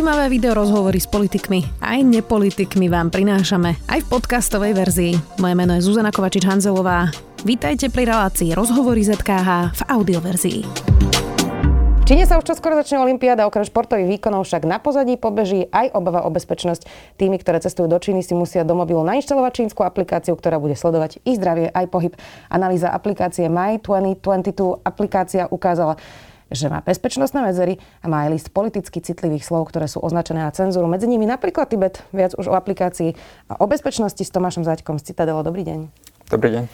Zaujímavé video rozhovory s politikmi aj nepolitikmi vám prinášame aj v podcastovej verzii. Moje meno je Zuzana Kovačič-Hanzelová. Vítajte pri relácii Rozhovory ZKH v audioverzii. V Číne sa už čoskoro začne olympiáda, okrem športových výkonov však na pozadí pobeží aj obava o bezpečnosť. Týmy, ktoré cestujú do Číny, si musia do mobilu nainštalovať čínsku aplikáciu, ktorá bude sledovať ich zdravie aj pohyb. Analýza aplikácie My 2022 aplikácia ukázala, že má bezpečnostné medzery a má aj list politicky citlivých slov, ktoré sú označené na cenzúru. Medzi nimi napríklad Tibet, viac už o aplikácii a o bezpečnosti s Tomášom Zaďkom z Citadelo. Dobrý deň. Dobrý deň.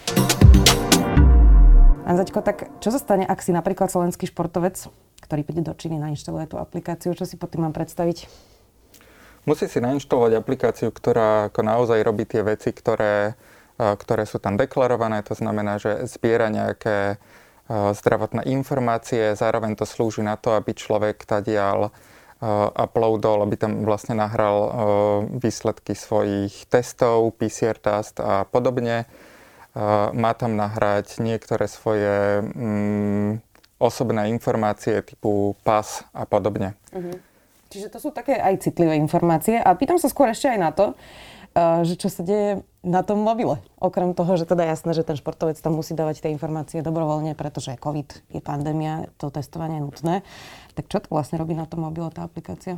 Pán Zaďko, tak čo sa stane, ak si napríklad slovenský športovec, ktorý príde do Číny, nainštaluje tú aplikáciu? Čo si pod tým mám predstaviť? Musí si nainštalovať aplikáciu, ktorá ako naozaj robí tie veci, ktoré sú tam deklarované. To znamená, že zbiera nejaké zdravotné informácie, zároveň to slúži na to, aby človek tadiaľ uploadol, aby tam vlastne nahral výsledky svojich testov, PCR test a podobne. Má tam nahrať niektoré svoje osobné informácie typu pas a podobne. Čiže to sú také aj citlivé informácie. A pýtam sa skôr ešte aj na to, že čo sa deje na tom mobile. Okrem toho, že teda jasné, že ten športovec tam musí dávať tie informácie dobrovoľne, pretože COVID je pandémia, to testovanie je nutné. Tak čo to vlastne robí na tom mobile tá aplikácia?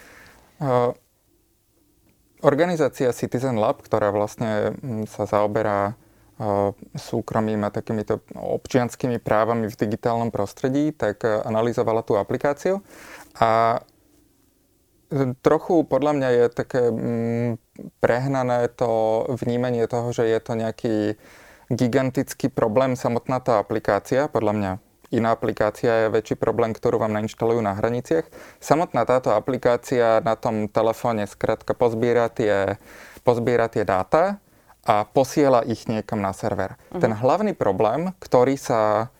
Organizácia Citizen Lab, ktorá vlastne sa zaoberá súkromím a takýmito občianskými právami v digitálnom prostredí, tak analyzovala tú aplikáciu. A trochu podľa mňa je také prehnané to vnímanie toho, že je to nejaký gigantický problém samotná tá aplikácia. Podľa mňa iná aplikácia je väčší problém, ktorú vám nainštalujú na hraniciach. Samotná táto aplikácia na tom telefóne skrátka pozbiera tie dáta a posiela ich niekam na server. Ten hlavný problém, ktorý sa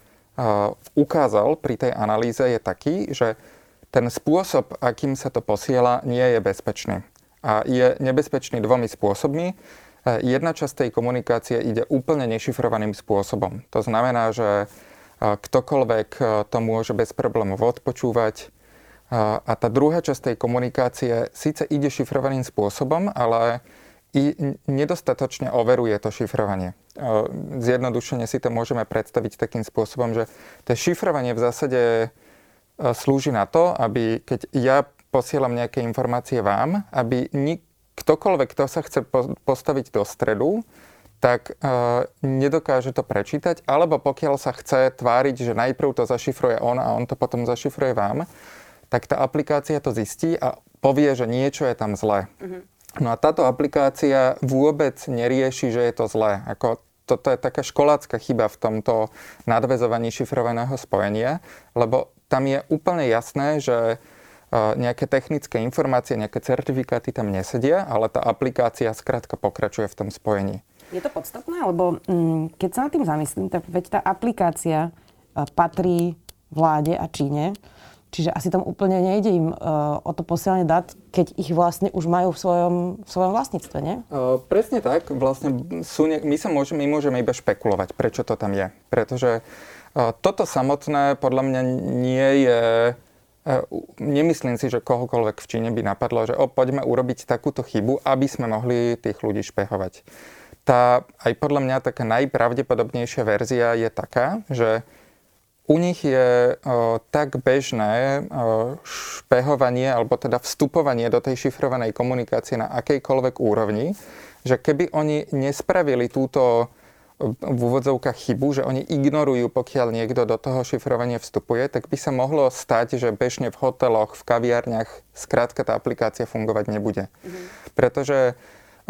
ukázal pri tej analýze, je taký, že ten spôsob, akým sa to posiela, nie je bezpečný. A je nebezpečný dvomi spôsobmi. Jedna časť tej komunikácie ide úplne nešifrovaným spôsobom. To znamená, že ktokoľvek to môže bez problémov odpočúvať. A tá druhá časť tej komunikácie síce ide šifrovaným spôsobom, ale i nedostatočne overuje to šifrovanie. Zjednodušene si to môžeme predstaviť takým spôsobom, že to šifrovanie v zásade slúži na to, aby keď ja posielam nejaké informácie vám, aby ktokoľvek, kto sa chce postaviť do stredu, tak nedokáže to prečítať, alebo pokiaľ sa chce tváriť, že najprv to zašifruje on a on to potom zašifruje vám, tak tá aplikácia to zistí a povie, že niečo je tam zlé. No a táto aplikácia vôbec nerieši, že je to zlé. Toto je taká školácka chyba v tomto nadväzovaní šifrovaného spojenia, lebo tam je úplne jasné, že nejaké technické informácie, nejaké certifikáty tam nesedia, ale tá aplikácia skrátka pokračuje v tom spojení. Je to podstatné, lebo keď sa nad tým zamyslím, tak veď tá aplikácia patrí vláde a Číne, čiže asi tam úplne nejde im o to posielanie dát, keď ich vlastne už majú v svojom vlastníctve, nie? Presne tak. Vlastne my môžeme iba špekulovať, prečo to tam je. Pretože toto samotné podľa mňa nie je... Nemyslím si, že kohokoľvek v Číne by napadlo, že poďme urobiť takúto chybu, aby sme mohli tých ľudí špehovať. Aj podľa mňa taká najpravdepodobnejšia verzia je taká, že u nich je tak bežné špehovanie, alebo teda vstupovanie do tej šifrovanej komunikácie na akejkoľvek úrovni, že keby oni nespravili túto v úvodzovkách chybu, že oni ignorujú, pokiaľ niekto do toho šifrovania vstupuje, tak by sa mohlo stať, že bežne v hoteloch, v kaviarniach skrátka tá aplikácia fungovať nebude. Pretože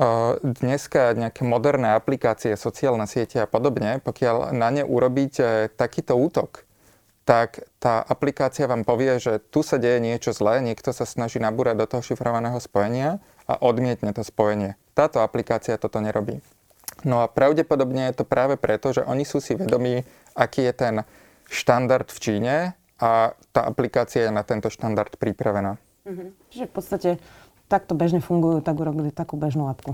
dneska nejaké moderné aplikácie, sociálne siete a podobne, pokiaľ na ne urobíte takýto útok, tak tá aplikácia vám povie, že tu sa deje niečo zlé, niekto sa snaží nabúrať do toho šifrovaného spojenia a odmietne to spojenie. Táto aplikácia toto nerobí. No a pravdepodobne je to práve preto, že oni sú si vedomí, aký je ten štandard v Číne a tá aplikácia je na tento štandard pripravená. Čiže v podstate takto bežne fungujú, tak urobili takú bežnú appku.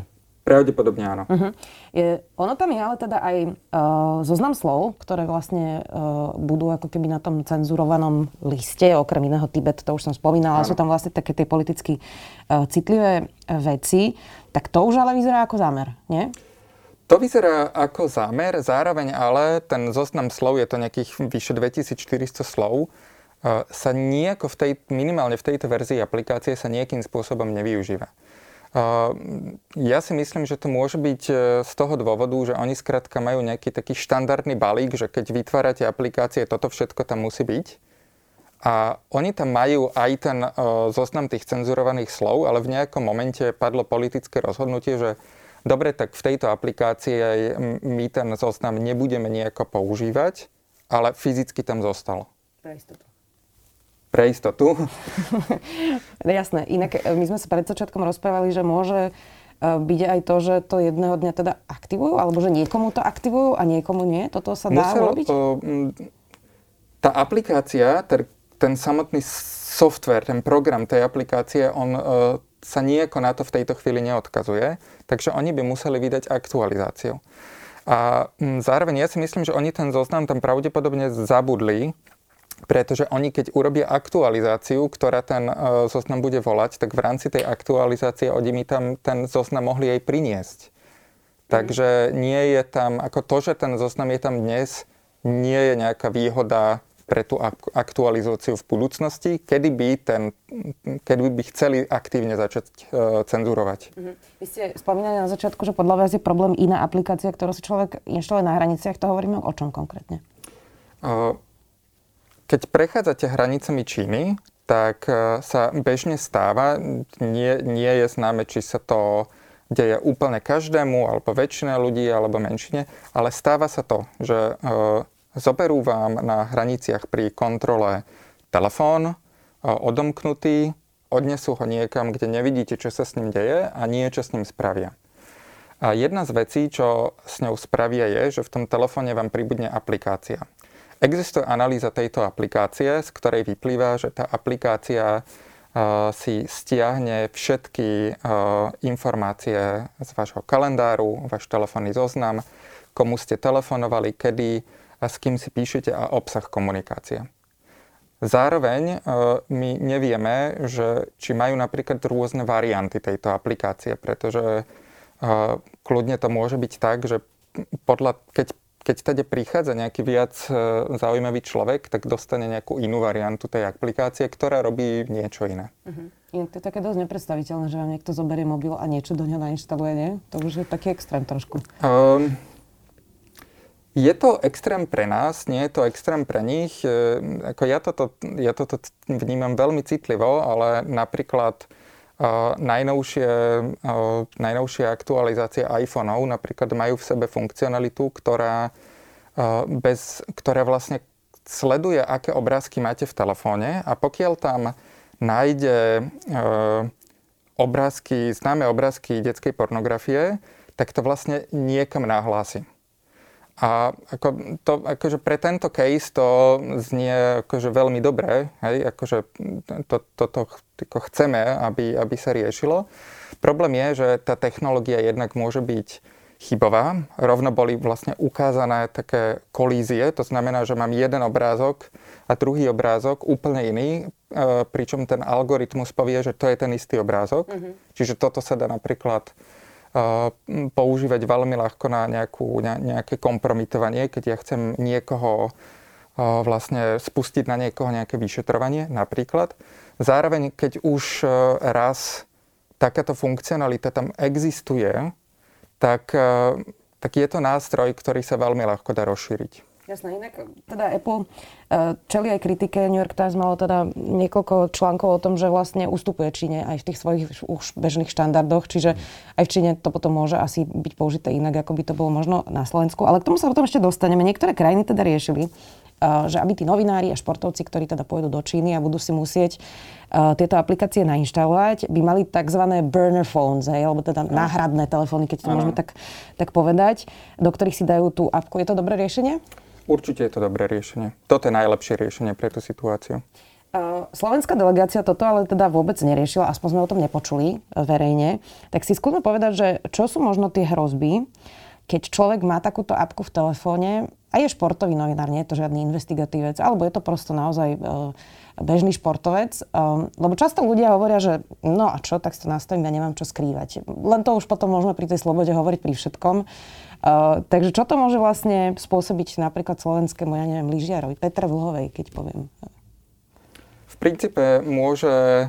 Pravdepodobne áno. Ono tam je ale teda aj zoznam slov, ktoré vlastne budú ako keby na tom cenzurovanom liste, okrem iného Tibet, to už som spomínala, sú tam vlastne také tie politicky citlivé veci. Tak to už ale vyzerá ako zámer, nie? To vyzerá ako zámer, zároveň ale ten zoznam slov, je to nejakých vyše 2400 slov, sa nejako minimálne v tejto verzii aplikácie sa nejakým spôsobom nevyužíva. Ja si myslím, že to môže byť z toho dôvodu, že oni skrátka majú nejaký taký štandardný balík, že keď vytvárate aplikácie, toto všetko tam musí byť. A oni tam majú aj ten zoznam tých cenzurovaných slov, ale v nejakom momente padlo politické rozhodnutie, že dobre, tak v tejto aplikácii my ten zoznam nebudeme nejako používať, ale fyzicky tam zostal. Pre istotu. Jasné. Inak my sme sa pred začiatkom rozprávali, že môže byť aj to, že to jedného dňa teda aktivujú, alebo že niekomu to aktivujú a niekomu nie. Toto sa dá urobiť? Tá aplikácia, ten samotný software, ten program tej aplikácie, on sa nejako na to v tejto chvíli neodkazuje, takže oni by museli vydať aktualizáciu. A zároveň ja si myslím, že oni ten zoznam tam pravdepodobne zabudli, pretože oni, keď urobia aktualizáciu, ktorá ten zoznam bude volať, tak v rámci tej aktualizácie oni mi tam ten zoznam mohli aj priniesť. Takže nie je tam, ako to, že ten zoznam je tam dnes, nie je nejaká výhoda pre tú aktualizáciu v budúcnosti, kedy by chceli aktívne začať cenzurovať. Vy ste spomínali na začiatku, že podľa vás je problém iná aplikácia, ktorú si človek inštaluje na hraniciach. To hovoríme o čom konkrétne? Keď prechádzate hranicami Číny, tak sa bežne stáva, nie je známe, či sa to deje úplne každému, alebo väčšine ľudí, alebo menšine, ale stáva sa to, že zoberú vám na hraniciach pri kontrole telefón, odomknutý, odnesú ho niekam, kde nevidíte, čo sa s ním deje a niečo s ním spravia. A jedna z vecí, čo s ňou spravia, je, že v tom telefóne vám pribudne aplikácia. Existuje analýza tejto aplikácie, z ktorej vyplýva, že tá aplikácia si stiahne všetky informácie z vášho kalendáru, váš telefónny zoznam, komu ste telefonovali, kedy a s kým si píšete a obsah komunikácie. Zároveň my nevieme, že či majú napríklad rôzne varianty tejto aplikácie, pretože kľudne to môže byť tak, že keď teda prichádza nejaký viac zaujímavý človek, tak dostane nejakú inú variantu tej aplikácie, ktorá robí niečo iné. Inak to je také dosť nepredstaviteľné, že vám niekto zoberie mobil a niečo do neho nainštaluje, nie? To už je taký extrém trošku. Je to extrém pre nás, nie je to extrém pre nich. Ja toto vnímam veľmi citlivo, ale napríklad najnovšie aktualizácie iPhoneov napríklad majú v sebe funkcionalitu, ktorá vlastne sleduje, aké obrázky máte v telefóne, a pokiaľ tam nájde známe obrázky detskej pornografie, tak to vlastne niekam nahlási. A akože pre tento case to znie akože veľmi dobre, hej, akože toto chceme, aby sa riešilo. Problém je, že tá technológia jednak môže byť chybová. Rovno boli vlastne ukázané také kolízie, to znamená, že mám jeden obrázok a druhý obrázok úplne iný, pričom ten algoritmus povie, že to je ten istý obrázok. Čiže toto sa dá napríklad používať veľmi ľahko na nejaké kompromitovanie, keď ja chcem niekoho vlastne spustiť na niekoho nejaké vyšetrovanie napríklad. Zároveň, keď už raz takáto funkcionalita tam existuje, tak je to nástroj, ktorý sa veľmi ľahko dá rozšíriť. Jasné, inak teda Apple čelí aj kritike. New York Times malo teda niekoľko článkov o tom, že vlastne ustupuje Číne aj v tých svojich už bežných štandardoch, čiže aj v Číne to potom môže asi byť použité inak, ako by to bolo možno na Slovensku. Ale k tomu sa potom ešte dostaneme. Niektoré krajiny teda riešili, že aby tí novinári a športovci, ktorí teda pôjdu do Číny a budú si musieť tieto aplikácie nainštalovať, by mali tzv. Burner phones, alebo teda náhradné telefóny, keď to môžeme tak povedať, do ktorých si dajú tú apku. Je to dobré riešenie? Určite je to dobré riešenie. Toto je najlepšie riešenie pre tú situáciu. Slovenská delegácia toto ale teda vôbec neriešila, aspoň sme o tom nepočuli verejne. Tak si skúsme povedať, že čo sú možno tie hrozby, keď človek má takúto apku v telefóne a je športový novinár, nie je to žiadny investigatívec, alebo je to prosto naozaj bežný športovec. Lebo často ľudia hovoria, že no a čo, tak si to nastavím, ja nemám čo skrývať. Len to už potom môžeme pri tej slobode hovoriť pri všetkom. Takže čo to môže vlastne spôsobiť napríklad slovenskému, ja neviem, lyžiarovi, Petre Vlhovej, keď poviem? V princípe môže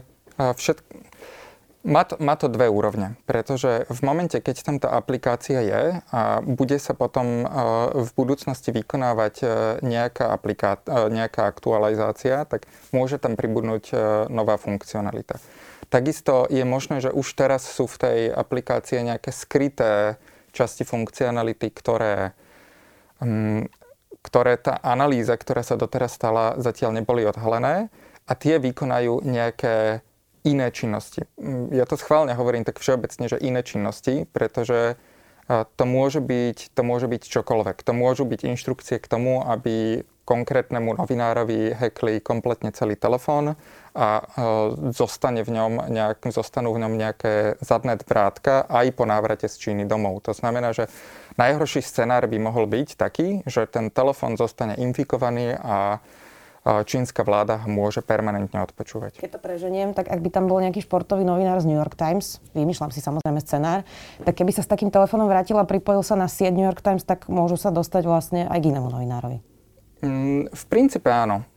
má to dve úrovne, pretože v momente, keď tam tá aplikácia je a bude sa potom v budúcnosti vykonávať nejaká aktualizácia, tak môže tam pribudnúť nová funkcionalita. Takisto je možné, že už teraz sú v tej aplikácii nejaké skryté časti funkcionality, ktoré tá analýza, ktorá sa doteraz stala, zatiaľ neboli odhalené a tie vykonajú nejaké iné činnosti. Ja to schválne hovorím tak všeobecne, že iné činnosti, pretože to môže byť čokoľvek. To môžu byť inštrukcie k tomu, aby konkrétnemu novinárovi hackli kompletne celý telefón a zostanú v ňom nejaké zadné vrátka aj po návrate z Číny domov. To znamená, že najhorší scenár by mohol byť taký, že ten telefón zostane infikovaný a čínska vláda môže permanentne odpočúvať. Keď to preženiem, tak ak by tam bol nejaký športový novinár z New York Times, vymýšľam si samozrejme scenár, tak keby sa s takým telefónom vrátil a pripojil sa na sieť New York Times, tak môžu sa dostať vlastne aj k inému novinárovi. V princípe áno.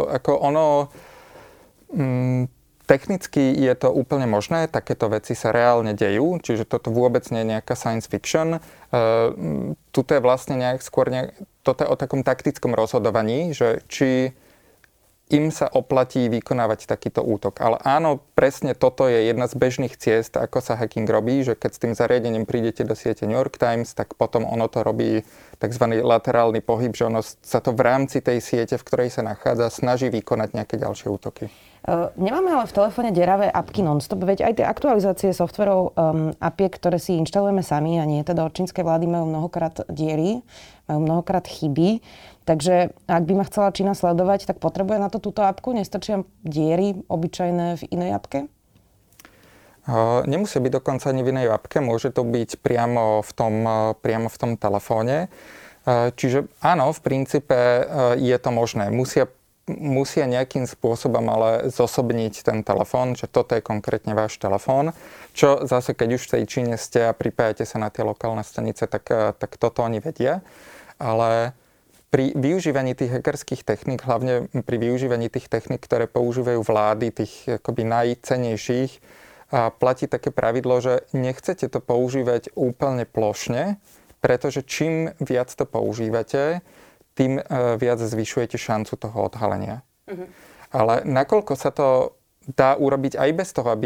Technicky je to úplne možné, takéto veci sa reálne dejú, čiže toto vôbec nie je nejaká science fiction. Tuto je vlastne toto je o takom taktickom rozhodovaní, že či im sa oplatí vykonávať takýto útok. Ale áno, presne toto je jedna z bežných ciest, ako sa hacking robí, že keď s tým zariadením prídete do siete New York Times, tak potom ono to robí tzv. Laterálny pohyb, že ono sa to v rámci tej siete, v ktorej sa nachádza, snaží vykonať nejaké ďalšie útoky. Nemáme ale v telefóne deravé apky non-stop, veď aj tie aktualizácie softverov apiek, ktoré si inštalujeme sami a nie teda od čínskej vlády, majú mnohokrát diery, majú mnohokrát chyby. Takže ak by ma chcela Čína sledovať, tak potrebuje na to túto apku? Nestačia diery obyčajné v inej apke? Nemusí byť dokonca ani v inej apke, môže to byť priamo v tom telefóne. Čiže áno, v princípe je to možné. Musia nejakým spôsobom ale zosobniť ten telefón, že toto je konkrétne váš telefón. Čo zase, keď už v tej Číne ste a pripájate sa na tie lokálne stanice, tak toto oni vedia. Ale pri využívaní tých hackerských techník, hlavne pri využívaní tých techník, ktoré používajú vlády, tých akoby najcennejších, platí také pravidlo, že nechcete to používať úplne plošne, pretože čím viac to používate, tým viac zvyšujete šancu toho odhalenia. Uh-huh. Ale nakoľko sa to dá urobiť aj bez toho,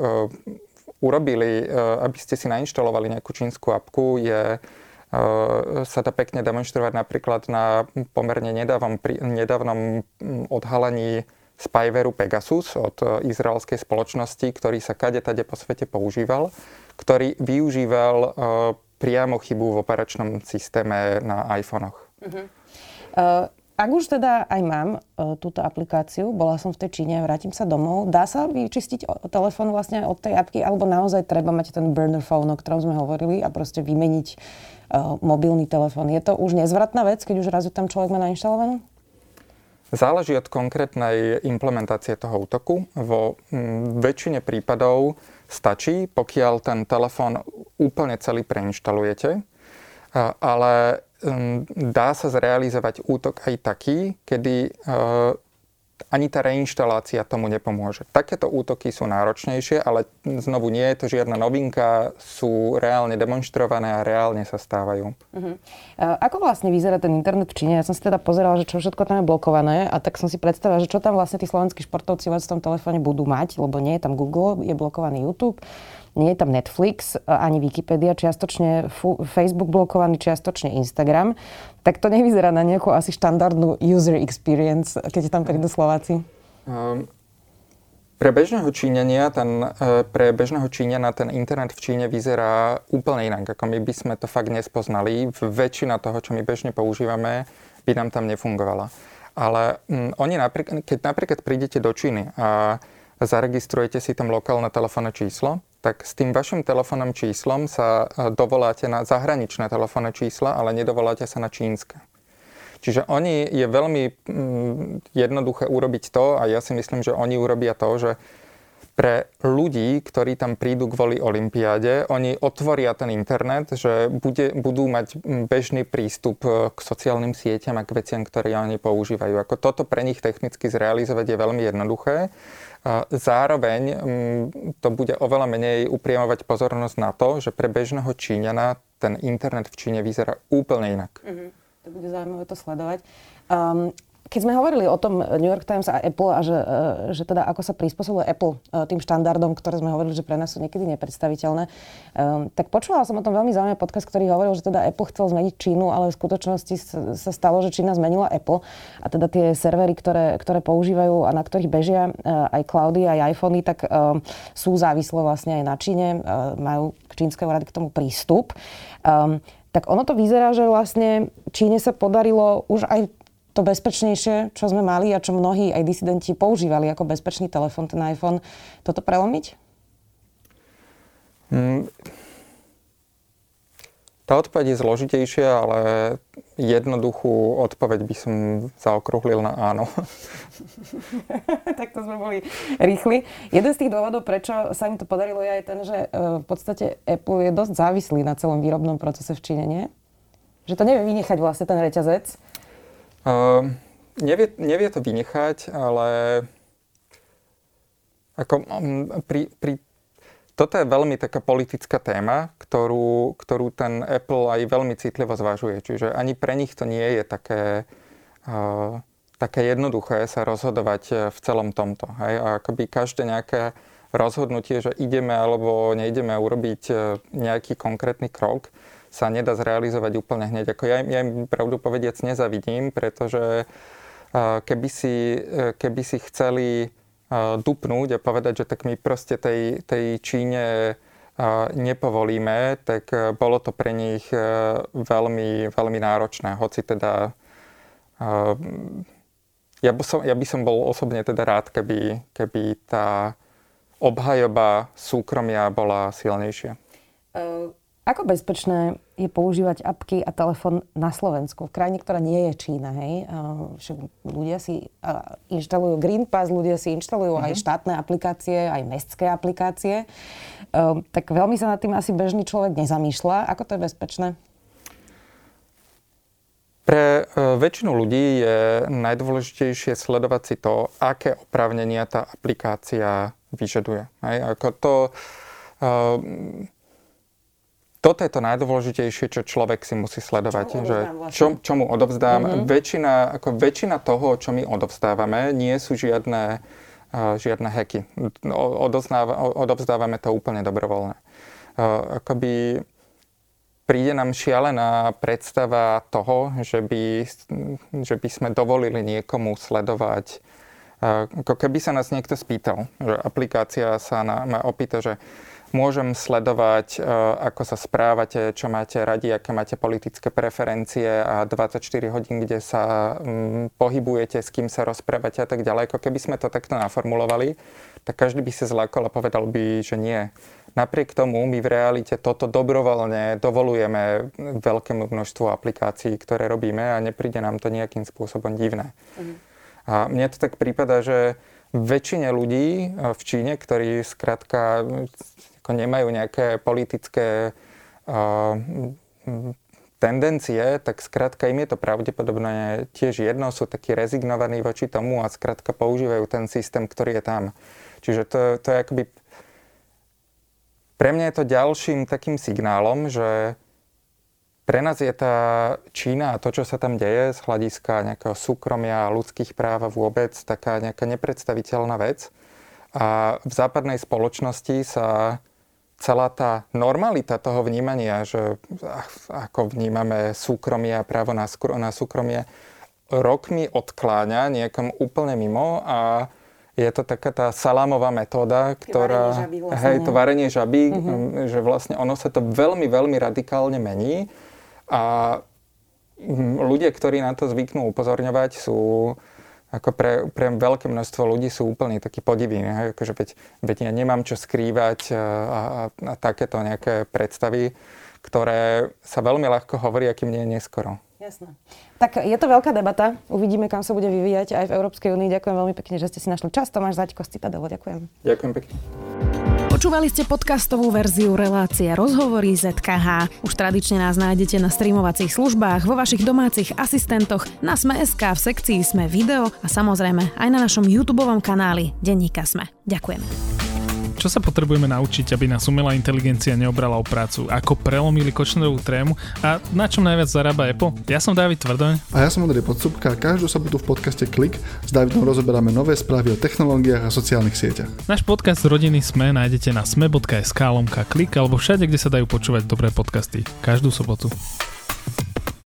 aby ste si nainštalovali nejakú čínsku apku, sa dá pekne demonštrovať napríklad na pomerne nedávnom odhalení spywareu Pegasus od izraelskej spoločnosti, ktorý sa kade-tade po svete používal, ktorý využíval priamo chybu v operačnom systéme na iPhonech. Uh-huh. Ak už teda aj mám túto aplikáciu, bola som v tej Číne, vrátim sa domov, dá sa vyčistiť telefón vlastne od tej apky, alebo naozaj treba mať ten burner phone, o ktorom sme hovorili a proste vymeniť mobilný telefón. Je to už nezvratná vec, keď už raz ju tam človek má nainštalovanú? Záleží od konkrétnej implementácie toho útoku. Vo väčšine prípadov stačí, pokiaľ ten telefón úplne celý preinštalujete, ale dá sa zrealizovať útok aj taký, kedy ani tá reinštalácia tomu nepomôže. Takéto útoky sú náročnejšie, ale znovu nie je to žiadna novinka, sú reálne demonstrované a reálne sa stávajú. Uh-huh. Ako vlastne vyzerá ten internet v Číne? Ja som si teda pozerala, že čo všetko tam je blokované a tak som si predstavila, že čo tam vlastne tí slovenskí športovci v tom telefóne budú mať, lebo nie je tam Google, je blokovaný YouTube. Nie je tam Netflix, ani Wikipedia, čiastočne Facebook blokovaný, čiastočne Instagram. Tak to nevyzerá na nejakú asi štandardnú user experience, keď tam prídu Slováci? Pre bežného Číňana ten internet v Číne vyzerá úplne inak, ako my by sme to fakt nespoznali. Väčšina toho, čo my bežne používame, by nám tam nefungovala. Ale oni keď napríklad prídete do Číny a zaregistrujete si tam lokálne telefónne číslo, tak s tým vašim telefónnym číslom sa dovoláte na zahraničné telefónne čísla, ale nedovoláte sa na čínske. Čiže je veľmi jednoduché urobiť to, a ja si myslím, že oni urobia to, že pre ľudí, ktorí tam prídu kvôli olympiáde, oni otvoria ten internet, že budú mať bežný prístup k sociálnym sieťam a k veciam, ktoré oni používajú. Ako toto pre nich technicky zrealizovať je veľmi jednoduché. Zároveň to bude oveľa menej upriamovať pozornosť na to, že pre bežného Číňana ten internet v Číne vyzerá úplne inak. To bude zaujímavé to sledovať. Keď sme hovorili o tom New York Times a Apple a že teda ako sa prispôsobuje Apple tým štandardom, ktoré sme hovorili, že pre nás sú niekedy nepredstaviteľné, tak počúvala som o tom veľmi zaujímavý podcast, ktorý hovoril, že teda Apple chcel zmeniť Čínu, ale v skutočnosti sa stalo, že Čína zmenila Apple a teda tie servery, ktoré používajú a na ktorých bežia aj cloudy, aj iPhony, tak sú závislé vlastne aj na Číne, majú k čínskej vlády k tomu prístup. Tak ono to vyzerá, že vlastne Číne sa podarilo už aj to bezpečnejšie, čo sme mali a čo mnohí aj disidenti používali ako bezpečný telefón, ten iPhone, toto prelomiť? Tá odpoveď je zložitejšia, ale jednoduchú odpoveď by som zaokrúhlil na áno. Tak to sme boli rýchli. Jeden z tých dôvodov, prečo sa im to podarilo, je aj ten, že v podstate Apple je dosť závislý na celom výrobnom procese v Číne, nie? Že to nevie vynechať vlastne ten reťazec. Nevie to vynechať, ale ako toto je veľmi taká politická téma, ktorú ten Apple aj veľmi citlivo zvažuje. Čiže ani pre nich to nie je také jednoduché sa rozhodovať v celom tomto. Hej? A akoby každé nejaké rozhodnutie, že ideme alebo neideme urobiť nejaký konkrétny krok, sa nedá zrealizovať úplne hneď. Ako ja im pravdu povediac nezavidím, pretože keby si chceli dupnúť a povedať, že tak my proste tej Číne nepovolíme, tak bolo to pre nich veľmi, veľmi náročné. Hoci teda ja by som bol osobne teda rád, keby tá obhajoba súkromia bola silnejšia. Ako bezpečné je používať apky a telefón na Slovensku? V krajine, ktorá nie je Čína, hej? Ľudia si inštalujú Green Pass, ľudia si inštalujú aj štátne aplikácie, aj mestské aplikácie. Tak veľmi sa nad tým asi bežný človek nezamýšľa. Ako to je bezpečné? Pre väčšinu ľudí je najdôležitejšie sledovať si to, aké oprávnenia tá aplikácia vyžaduje. Hej? Ako to... Toto je to najdôležitejšie, čo človek si musí sledovať. Čo mu odovzdám. Väčšina toho, čo my odovzdávame, nie sú žiadne hacky. Odovzdávame to úplne dobrovoľne. Akoby príde nám šialená predstava toho, že by sme dovolili niekomu sledovať. Ako keby sa nás niekto spýtal, že aplikácia sa ma opýta, že môžem sledovať, ako sa správate, čo máte radi, aké máte politické preferencie a 24 hodín, kde sa pohybujete, s kým sa rozprávate a tak ďalej. Ako keby sme to takto naformulovali, tak každý by sa zlákol a povedal by, že nie. Napriek tomu my v realite toto dobrovoľne dovolujeme veľkému množstvu aplikácií, ktoré robíme a nepríde nám to nejakým spôsobom divné. A mne to tak prípada, že väčšine ľudí v Číne, ktorí skrátka nemajú nejaké politické tendencie, tak skrátka im je to pravdepodobne tiež jedno, sú takí rezignovaní voči tomu a skrátka používajú ten systém, ktorý je tam. Čiže to je akoby... Pre mňa je to ďalším takým signálom, že pre nás je tá Čína a to, čo sa tam deje z hľadiska nejakého súkromia a ľudských práv a vôbec taká nejaká nepredstaviteľná vec. A v západnej spoločnosti sa celá tá normalita toho vnímania, že ako vnímame súkromie a právo na súkromie, rokmi odkláňa niekam úplne mimo a je to taká tá salámová metóda, ktorá... To varenie žabí, že vlastne ono sa to veľmi, veľmi radikálne mení a ľudia, ktorí na to zvyknú upozorňovať, sú ako pre veľké množstvo ľudí sú úplne takí podiví. Akože veď ja nemám čo skrývať a takéto nejaké predstavy, ktoré sa veľmi ľahko hovorí, akým nie je neskoro. Jasné. Tak je to veľká debata. Uvidíme, kam sa bude vyvíjať aj v Európskej únii. Ďakujem veľmi pekne, že ste si našli čas. Tomáš Zaďko z Citadelu. Ďakujem. Ďakujem pekne. Počúvali ste podcastovú verziu relácie Rozhovory ZKH. Už tradične nás nájdete na streamovacích službách, vo vašich domácich asistentoch, na Sme.sk, v sekcii Sme video a samozrejme aj na našom YouTubeovom kanáli Denníka Sme. Ďakujeme. Čo sa potrebujeme naučiť, aby nás umelá inteligencia neobrala o prácu? Ako prelomili Kočnerovú trému? A na čom najviac zarába Apple? Ja som Dávid Tvrdoň. A ja som Ondrej Podsúbka a každú sobotu v podcaste Klik s Dávidom rozoberáme nové správy o technológiách a sociálnych sieťach. Náš podcast Rodiny Sme nájdete na sme.sk/klik alebo všade, kde sa dajú počúvať dobré podcasty. Každú sobotu.